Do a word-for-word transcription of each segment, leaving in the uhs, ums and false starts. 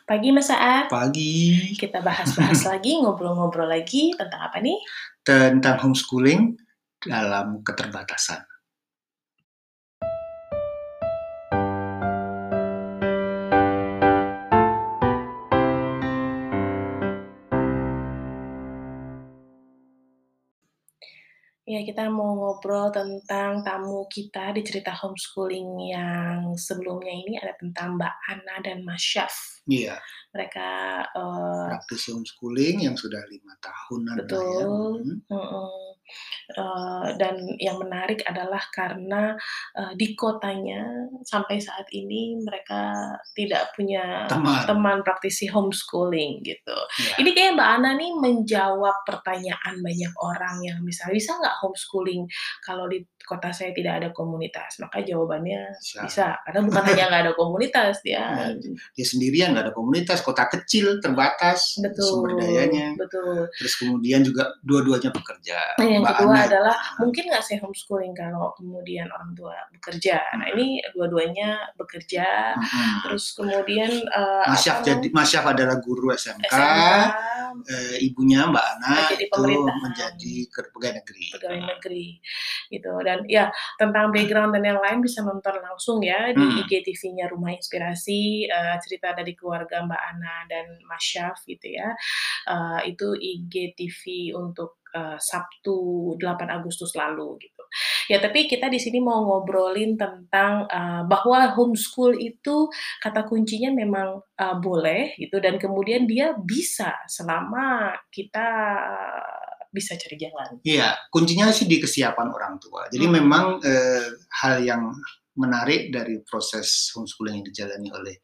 Pagi Mas Saad. Pagi. Kita bahas-bahas lagi, ngobrol-ngobrol lagi tentang apa nih? Tentang homeschooling dalam keterbatasan. Ya, kita mau ngobrol tentang tamu kita di cerita homeschooling yang sebelumnya ini ada tentang Mbak Ana dan Mas Syaf. Iya. Mereka, eee praktisi homeschooling yang sudah lima tahunan lah ya. Betul, Mhm. mhm. Eee, dan yang menarik adalah karena, eee, di kotanya sampai saat ini mereka tidak punya Teman. teman praktisi homeschooling gitu. Iya. Ini kayaknya Mbak Ana nih menjawab pertanyaan banyak orang yang misalnya, "Bisa nggak homeschooling kalau di kota saya tidak ada komunitas?" Maka jawabannya Bisa. bisa, karena bukan hanya nggak ada komunitas, dia Ya, dia sendirian, nggak ada komunitas, kota kecil, terbatas sumber Betul, dayanya. betul. Terus kemudian juga dua-duanya bekerja. Nah, yang Mbak kedua Ana adalah, ah. mungkin nggak saya homeschooling kalau kemudian orang tua bekerja. Nah, Mhm. ini dua-duanya bekerja, Mhm. terus kemudian, eee, Mas apa Syaf jadi namanya Mas Syaf adalah guru S M K, S M K, eee, ibunya Mbak Ana kerja di itu pemerintahan. menjadi ker pegawai negeri. Pegawai Heeh. negeri, gitu. Dan ya, tentang background dan yang lain bisa nonton langsung ya di I Mhm. G T V-nya Rumah Inspirasi, eee, cerita dari keluarga Mbak Ana dan Mas Syaf gitu ya. Eee, itu I G T V untuk, eee, Sabtu delapan Agustus lalu gitu. Ya, tapi kita di sini mau ngobrolin tentang, eee, bahwa homeschool itu kata kuncinya memang, eee, boleh gitu dan kemudian dia bisa selama kita bisa cari jalan. Iya, kuncinya sih di kesiapan orang tua. Jadi Mhm. memang, eee, hal yang menarik dari proses homeschooling yang dijalani oleh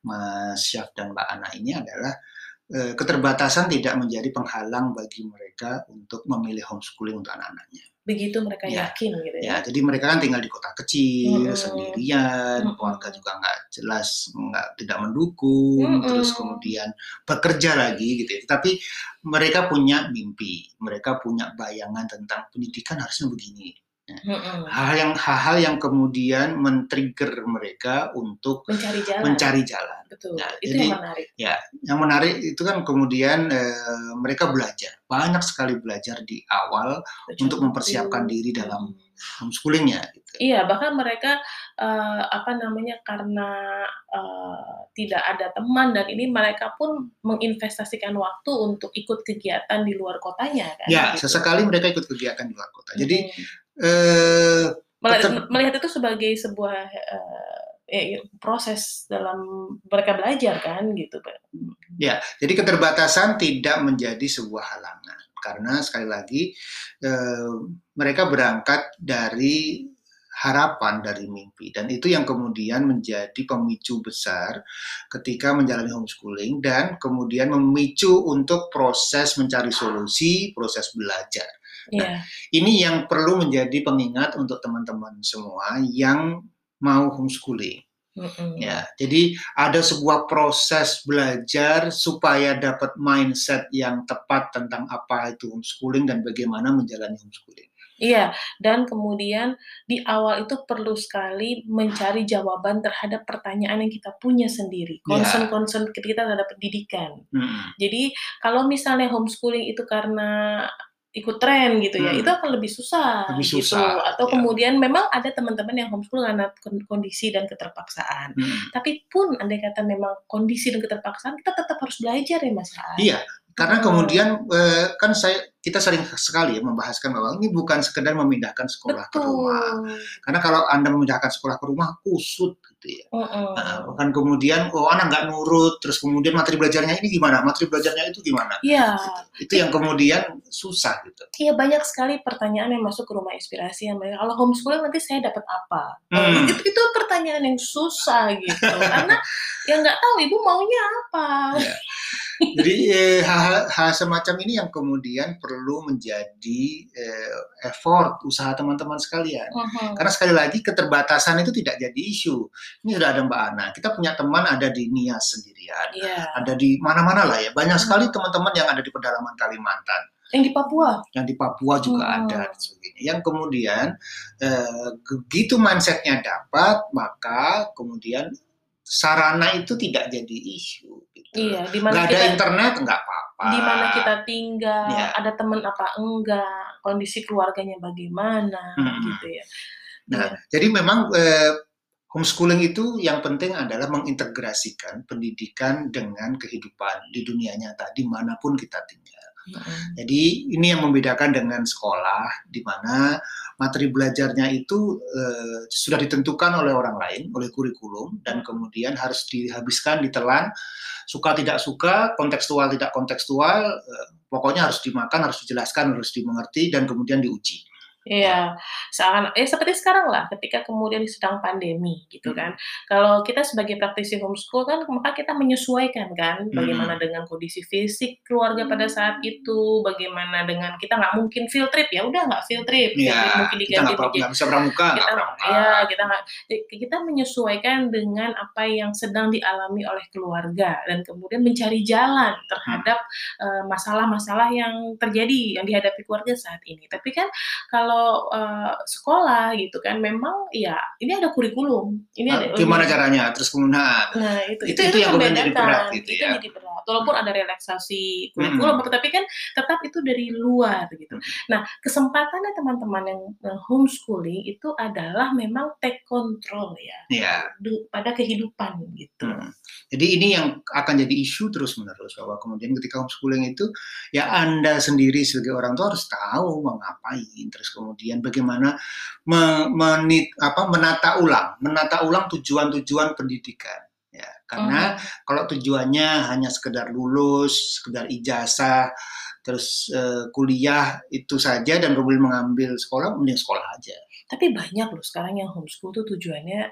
Mas Syaf dan Mbak Ana ini adalah, eee, keterbatasan tidak menjadi penghalang bagi mereka untuk memilih homeschooling untuk anak-anaknya. Begitu mereka Ya, yakin gitu ya? ya, jadi mereka kan tinggal di kota kecil, Mhm, sendirian, keluarga mhm. juga nggak jelas, nggak tidak mendukung, terus Mhm. kemudian bekerja lagi gitu ya. Tapi mereka punya mimpi, mereka punya bayangan tentang pendidikan harusnya begini. Nah, Mhm. hal yang hal-hal yang kemudian men-trigger mereka untuk Mencari jalan. mencari jalan. Betul, Nah, itu jadi yang menarik. ya, yang menarik itu kan kemudian, eee, mereka belajar, banyak sekali belajar di awal Baca untuk mempersiapkan buku, diri dalam mhm. homeschooling-nya gitu. Iya, bahkan mereka, eee, apa namanya, karena, eee, tidak ada teman dan ini mereka pun menginvestasikan waktu untuk ikut kegiatan di luar kotanya kan, Ya, gitu. sesekali mereka ikut kegiatan di luar kota. Jadi, Mhm. eee, Melihat tetep melihat itu sebagai sebuah, eee, ya ya proses dalam mereka belajar kan, gitu Kak. Ya, jadi keterbatasan tidak menjadi sebuah halangan. Karena sekali lagi, eee, mereka berangkat dari harapan, dari mimpi. Dan itu yang kemudian menjadi pemicu besar ketika menjalani homeschooling dan kemudian memicu untuk proses mencari solusi, proses belajar. Nah, Iya. ini yang perlu menjadi pengingat untuk teman-teman semua yang mau homeschooling. Mhm. Ya, jadi ada sebuah proses belajar supaya dapat mindset yang tepat tentang apa itu homeschooling dan bagaimana menjalani homeschooling. Iya, dan kemudian di awal itu perlu sekali mencari jawaban terhadap pertanyaan yang kita punya sendiri, Ya. concern-concern kita terhadap pendidikan. Mhm. Jadi kalau misalnya homeschooling itu karena ikut tren gitu ya, itu Hmm. akan lebih susah Lebih gitu. susah, Atau ya. kemudian memang ada teman-teman yang homeschool karena kon kondisi dan keterpaksaan. Mhm. Tapi pun andai kata memang kondisi dan keterpaksaan, kita tetap harus belajar ya Mas Saad. Iya, karena Heeh. kemudian, eee, kan saya kita sering sekali ya membahaskan bahwa ini bukan sekedar memindahkan sekolah ke rumah. Betul. Karena kalau Anda memindahkan sekolah ke rumah, kusut gitu ya. Heeh, Mhm. bahkan kemudian, oh anak nggak nurut, terus kemudian materi belajarnya ini gimana, materi belajarnya itu gimana, Iya. gitu. Itu yang kemudian susah gitu. Iya, banyak sekali pertanyaan yang masuk ke Rumah Inspirasi yang banyak, "Kalau homeschooling nanti saya dapat apa?" Oh, it Hmm. it itu pertanyaan yang susah gitu, karena ya nggak tahu ibu maunya apa. Ya. Jadi, eee, hal-hal hal semacam ini yang kemudian perlu menjadi, eee, effort, usaha teman-teman sekalian. Mhm. Karena sekali lagi keterbatasan itu tidak jadi isu. Ini sudah ada Mbak Ana, kita punya teman ada di Nias sendirian, Iya. ada di mana-mana lah ya, banyak sekali Mhm. teman-teman yang ada di pedalaman Kalimantan. Yang di Papua? Yang di Papua juga ada dan Mhm. sebagainya. Yang kemudian, eee, begitu mindset-nya dapat, maka kemudian sarana itu tidak jadi isu. gitu. Iya, di mana Nggak ada kita internet, nggak apa-apa. di mana kita tinggal, Ya. ada teman apa enggak, kondisi keluarganya bagaimana, Mm-mm. gitu ya. Nah, Iya. jadi memang eh, homeschooling itu yang penting adalah mengintegrasikan pendidikan dengan kehidupan di dunia nyata, dimanapun kita tinggal. Mm-mm. Jadi ini yang membedakan dengan sekolah, di mana materi belajarnya itu eh, sudah ditentukan oleh orang lain, oleh kurikulum, dan kemudian harus dihabiskan, ditelan, suka tidak suka, kontekstual tidak kontekstual, eh, pokoknya harus dimakan, harus dijelaskan, harus dimengerti, dan kemudian diuji. Iya, seakan ya seperti sekarang lah, ketika kemudian sedang pandemi gitu kan. Hmm. Kalau kita sebagai praktisi homeschool kan, maka kita menyesuaikan kan, bagaimana Hmm. dengan kondisi fisik keluarga pada saat itu, bagaimana dengan kita nggak mungkin field trip, ya udah nggak field trip, field trip Ya, mungkin kita diganti nggak menjadi nggak bisa pramuka, nggak kita pramuka. ya kita nggak kita menyesuaikan dengan apa yang sedang dialami oleh keluarga dan kemudian mencari jalan terhadap eh, masalah-masalah yang terjadi yang dihadapi keluarga saat ini. Tapi kan kalau uh, sekolah gitu kan memang ya ini ada kurikulum ini ada Nah, gimana ini. caranya? Terus kemudian nah, Nah itu itu, itu, itu, itu yang kemudian jadi berat membedakan gitu itu ya. jadi berat walaupun Hmm. ada relaksasi kurikulum Hmm. tetapi kan tetap itu dari luar gitu. Hmm. Nah kesempatannya teman-teman yang yang homeschooling itu adalah memang take control ya, Ya. du- pada kehidupan gitu. Hmm. Jadi ini yang akan jadi isu terus-menerus, bahwa kemudian ketika homeschooling itu ya Anda sendiri sebagai orang tua harus tahu mau ngapain, terus kemudian bagaimana me, menit, apa, menata ulang, menata ulang tujuan-tujuan pendidikan. Ya, karena Hmm. kalau tujuannya hanya sekedar lulus, sekedar ijazah, terus uh, kuliah itu saja dan kemudian mengambil sekolah, mending sekolah aja. Tapi banyak loh sekarang yang homeschool tuh tujuannya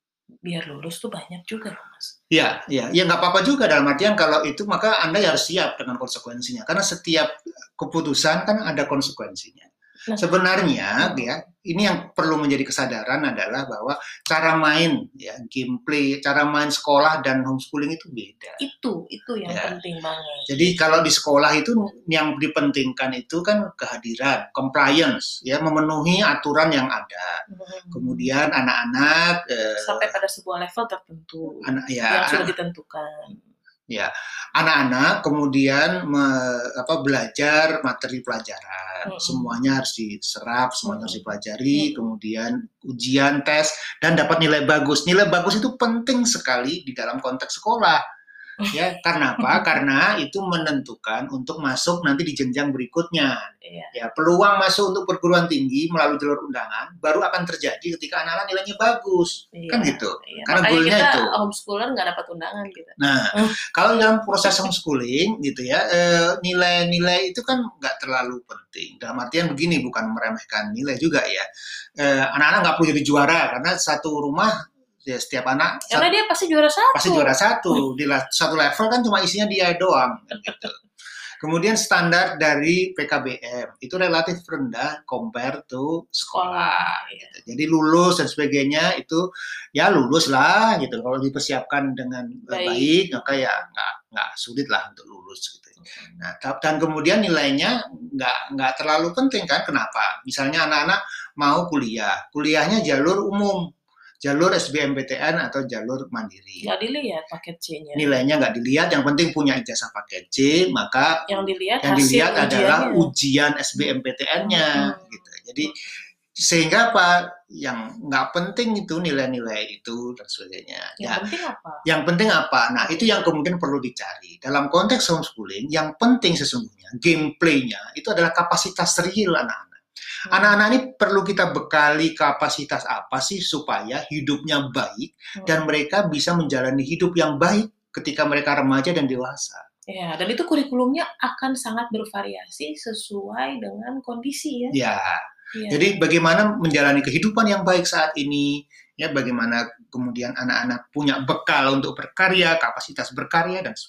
biar lulus tuh banyak juga loh Mas. Ya, ya, ya nggak apa-apa juga, dalam artian kalau itu maka Anda harus siap dengan konsekuensinya, karena setiap keputusan kan ada konsekuensinya. Nah, sebenarnya uh-huh. ya ini yang perlu menjadi kesadaran adalah bahwa cara main ya gameplay, cara main sekolah dan homeschooling itu beda. Itu itu yang ya. penting banget. Jadi kalau di sekolah itu yang dipentingkan itu kan kehadiran, compliance, ya memenuhi aturan yang ada. Hmm. Kemudian anak-anak eh, sampai pada sebuah level tertentu anak, ya, yang sudah ditentukan. Ya, anak-anak kemudian me, apa, belajar materi pelajaran, mm-hmm. semuanya harus diserap, semuanya mm-hmm. harus dipelajari, mm-hmm. kemudian ujian, tes, dan dapat nilai bagus. Nilai bagus itu penting sekali di dalam konteks sekolah. Ya, karena apa? Karena itu menentukan untuk masuk nanti di jenjang berikutnya. Iya. Ya, peluang masuk untuk perguruan tinggi melalui jalur undangan baru akan terjadi ketika anak-anak nilainya bagus, iya. kan gitu. Iya. Karena goalnya itu. Homeschooler nggak dapat undangan gitu. Nah, kalau dalam proses homeschooling gitu ya, eh, nilai-nilai itu kan nggak terlalu penting. Dalam artian begini, bukan meremehkan nilai juga ya. Eh, anak-anak nggak perlu jadi juara karena satu rumah. Ya, setiap anak karena satu, dia pasti juara satu pasti juara satu di satu level kan cuma isinya dia doang gitu. Kemudian standar dari P K B M itu relatif rendah compare to sekolah gitu. Jadi lulus dan sebagainya itu ya lulus lah gitu, kalau dipersiapkan dengan baik, baik maka ya nggak nggak sulit lah untuk lulus gitu. Nah, dan kemudian nilainya nggak nggak terlalu penting kan, kenapa? Misalnya anak-anak mau kuliah, kuliahnya jalur umum, jalur S B M P T N atau jalur mandiri. Nggak dilihat paket C-nya. Nilainya nggak dilihat, yang penting punya ijazah paket C, maka yang dilihat, yang dilihat hasil adalah ujiannya. ujian S B M P T N-nya. Hmm. Gitu. Jadi sehingga apa? Yang nggak penting itu nilai-nilai itu dan sebagainya. Yang ya, penting apa? Yang penting apa? Nah, itu yang kemudian perlu dicari. Dalam konteks homeschooling, yang penting sesungguhnya gameplay-nya itu adalah kapasitas real anak-anak. Hmm. Anak-anak ini perlu kita bekali kapasitas apa sih supaya hidupnya baik hmm. dan mereka bisa menjalani hidup yang baik ketika mereka remaja dan dewasa. Ya, dan itu kurikulumnya akan sangat bervariasi sesuai dengan kondisi ya. Ya. Ya. Jadi bagaimana menjalani kehidupan yang baik saat ini, ya bagaimana kemudian anak-anak punya bekal untuk berkarya, kapasitas berkarya dan sebagainya.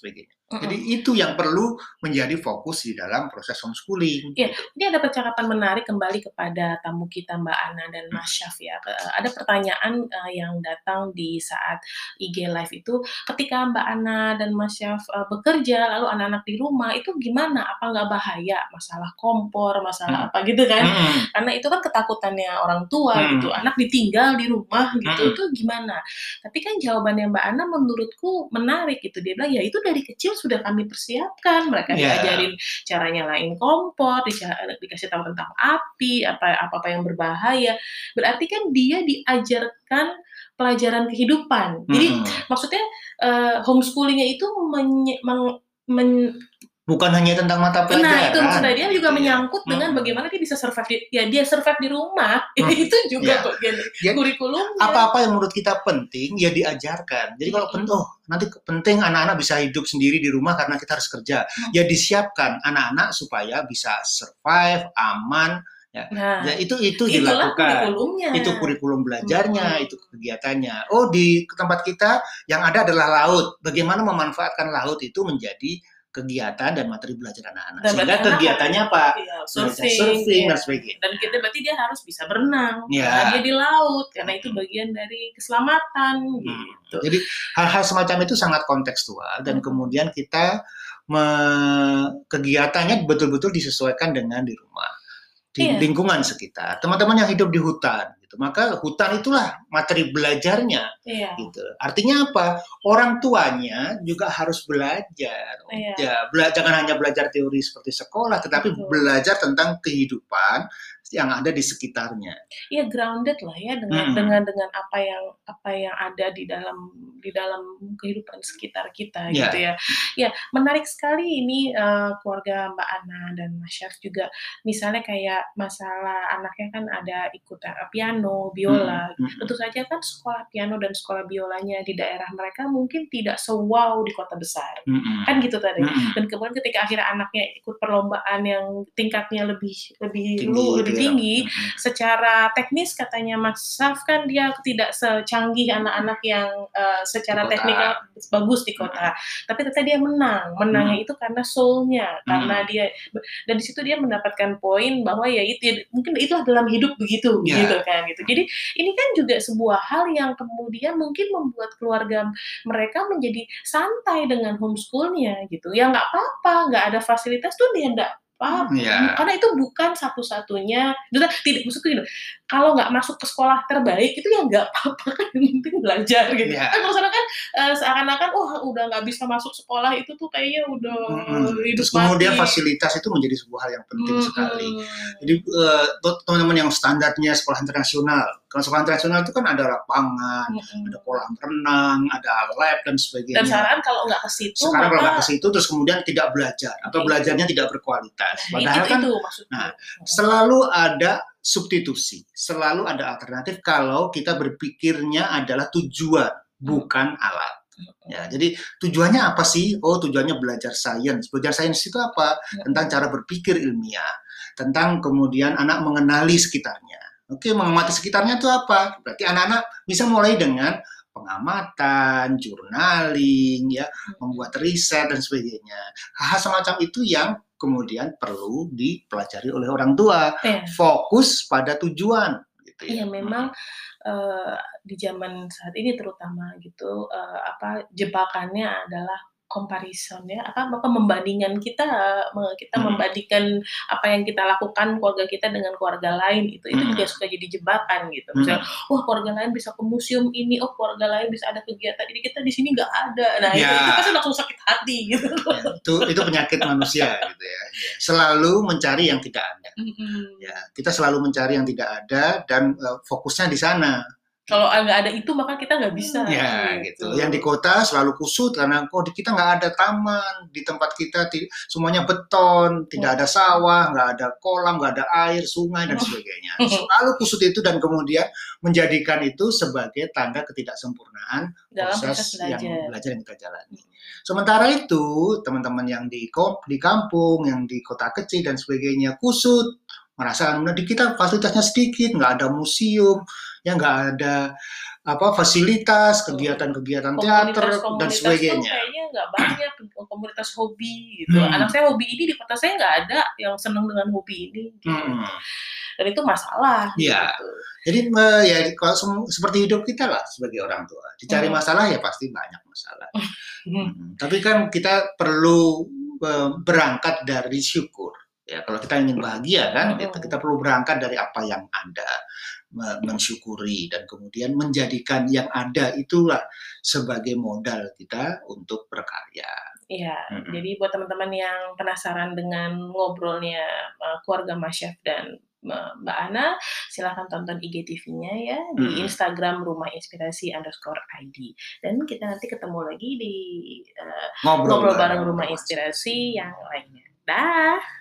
Jadi Mhm. itu yang perlu menjadi fokus di dalam proses homeschooling, Iya, gitu. ini ada percakapan menarik kembali kepada tamu kita Mbak Ana dan Mas Syaf ya, eee, ada pertanyaan, eee, yang datang di saat I G live itu, ketika Mbak Ana dan Mas Syaf, eee, bekerja lalu anak-anak di rumah itu gimana? Apa nggak bahaya? Masalah kompor, masalah Mhm. apa gitu kan. Mhm. Karena itu kan ketakutannya orang tua gitu, Mhm. anak ditinggal di rumah gitu, itu Mhm. gimana? Tapi kan jawabannya Mbak Ana menurutku menarik gitu, dia bilang, "Ya itu dari kecil sudah kami persiapkan, mereka Iya. diajarin cara nyalain kompor, dica eee, dikasih tahu tentang api, apa apa-apa yang berbahaya." Berarti kan dia diajarkan pelajaran kehidupan. Jadi Mhm. maksudnya, eee, homeschooling-nya itu menye meng men Bukan hanya tentang mata nah itu pelajaran, maksudnya dia juga gitu ya. menyangkut dengan Mhm. bagaimana dia bisa survive di ya dia survive di rumah, Mhm, itu juga iya. bagian dari Jad kurikulumnya. apa-apa yang menurut kita penting, ya diajarkan. Jadi kalau pen Mhm. oh, nanti penting anak-anak bisa hidup sendiri di rumah karena kita harus kerja. Mhm. Ya disiapkan anak-anak supaya bisa survive, aman, ya. Ya Nah, itu itu itulah dilakukan. kurikulumnya. Itu kurikulum belajarnya, Mhm. itu kegiatannya. Oh, di tempat kita yang ada adalah laut. Bagaimana memanfaatkan laut itu menjadi kegiatan dan materi belajar anak-anak. Dan berarti Sehingga anak harus kegiatannya apa? iya, Belajar surfing, surfing iya. dan Dan sebagainya. kita berarti dia harus bisa berenang, karena dia Iya. di laut, karena itu Mhm. bagian dari keselamatan, Hmm, gitu. jadi hal-hal semacam itu sangat kontekstual dan Mhm. kemudian kita me kegiatannya betul-betul disesuaikan dengan di rumah, di Iya. lingkungan sekitar. Teman-teman yang hidup di hutan, gitu, maka hutan itulah materi belajarnya, Iya. gitu. Artinya apa? Orang tuanya juga harus belajar. Iya. Ya, bela jangan hanya belajar teori seperti sekolah, tetapi Betul. belajar tentang kehidupan yang ada di sekitarnya. Iya grounded lah ya dengan Mhm. dengan dengan apa yang apa yang ada di dalam di dalam kehidupan sekitar kita gitu Iya. ya. Ya menarik sekali ini, eee, keluarga Mbak Ana dan Mas Syaf juga, misalnya kayak masalah anaknya kan ada ikut, eee, piano, Mhm biola, tentu mhm. saja kan sekolah piano dan sekolah biolanya di daerah mereka mungkin tidak se-wow di kota besar, kan Mhm, gitu tadi. mhm. Dan kemudian ketika akhirnya anaknya ikut perlombaan yang tingkatnya lebih lebih lu Tinggi itu lebih ya, tinggi, mhm. secara teknis katanya Mas Syaf kan dia tidak secanggih anak-anak yang, eee, Di secara teknikal kota. bagus di Mhm. kota. Tapi ternyata dia menang, menangnya Mhm. itu karena soul-nya, karena Mhm. dia be dan di situ dia mendapatkan poin bahwa ya itu ya mungkin itulah dalam hidup begitu, gitu Iya. kan gitu. Jadi Mhm. ini kan juga sebuah hal yang kemudian mungkin membuat keluarga mereka menjadi santai dengan homeschool-nya gitu. Ya nggak apa-apa, nggak ada fasilitas tuh ya nggak pap Mmm, bu iya. karena itu bukan satu-satunya maksudnya tidak maksudku gini loh, kalau nggak masuk ke sekolah terbaik itu ya nggak apa-apa kan yang penting belajar gitu. Kan Iya. kalau sekarang kan, eee, seakan-akan, wah udah nggak bisa masuk sekolah itu tuh kayaknya udah Mhm, hidup terus kemudian mati. fasilitas itu menjadi sebuah hal yang penting sekali. Jadi, Mhm. eee, buat teman-teman yang standarnya sekolah internasional, kalau sekolah internasional itu kan ada lapangan, ada Mhm. kolam renang, ada lab dan Dan sebagainya. sekarang kalau nggak ke situ Sekarang kalau nggak ke maka situ terus kemudian tidak belajar atau Kayak gitu. belajarnya tidak berkualitas. Nah it Padahal itu kan itu maksudku, nah, mhm. selalu ada substitusi, selalu ada alternatif kalau kita berpikirnya adalah tujuan, Mhm. bukan alat. Ya, Mhm. jadi tujuannya apa sih? Oh, tujuannya belajar sains. Belajar sains itu apa? Tentang Mhm. cara berpikir ilmiah, tentang kemudian anak mengenali sekitarnya. Oke, mengamati sekitarnya itu apa? Berarti anak-anak bisa mulai dengan pengamatan, journaling, ya, Mhm. membuat riset dan sebagainya. Hal-hal semacam itu yang kemudian perlu dipelajari oleh orang tua. Iya. Fokus pada tujuan, gitu ya. Iya memang, Mhm. eee, di zaman saat ini terutama gitu, eee, apa, jebakannya adalah comparison ya, apa, apa membandingkan kita me kita Mhm. membandingkan apa yang kita lakukan, keluarga kita dengan keluarga lain itu itu juga Mhm. suka jadi jebakan gitu. Misalnya, Mhm. wah keluarga lain bisa ke museum ini, oh keluarga lain bisa ada kegiatan ini, kita di sini nggak ada. Nah itu itu Ya. pasti langsung sakit hati gitu. Ya, itu itu penyakit manusia gitu ya. Selalu mencari yang tidak ada. Ya, Mhm. kita selalu mencari yang tidak ada dan, eee, fokusnya di sana, Kalau gitu. a nggak ada itu maka kita nggak bisa, Ya gitu. gitu, yang di kota selalu kusut karena, "Oh di kita nggak ada taman, di tempat kita ti semuanya beton, tidak ada Mhm. sawah, nggak ada kolam, nggak ada air, sungai dan sebagainya." Mhm. Selalu kusut itu dan kemudian menjadikan itu sebagai tanda ketidaksempurnaan Dalam proses proses yang belajar. belajar yang kita jalani. Mhm. Sementara itu, teman-teman yang di kom di kampung, yang di kota kecil dan sebagainya, kusut, merasa di kita fasilitasnya sedikit, nggak ada museum, ya nggak ada apa, fasilitas, Betul. kegiatan-kegiatan teater dan Komunitas-komunitas pun sebagainya. kayaknya nggak banyak, komunitas hobi gitu. Hmm. Anak saya hobi ini, di kota saya nggak ada yang senang dengan hobi ini gitu. Hmm. Dan itu masalah Iya. gitu. Jadi uh, ya kalau sem- seperti hidup kita lah sebagai orang tua. Dicari Hmm. masalah ya pasti banyak masalah. Hmm. Hmm. Tapi kan kita perlu uh, berangkat dari syukur. Ya, kalau kita ingin bahagia kan, Hmm. kita, kita perlu berangkat dari apa yang ada, mensyukuri dan kemudian menjadikan yang ada itulah sebagai modal kita untuk berkarya. Iya, Mm-mm. jadi buat teman-teman yang penasaran dengan ngobrolnya uh, keluarga Mas Syaf dan uh, Mbak Ana, silahkan tonton I G T V-nya ya di Mm-mm. Instagram Rumah Inspirasi underscore I D. Dan kita nanti ketemu lagi di uh, Ngobrol ngobrol bareng bareng Rumah Rumah Inspirasi yang lainnya. Dah.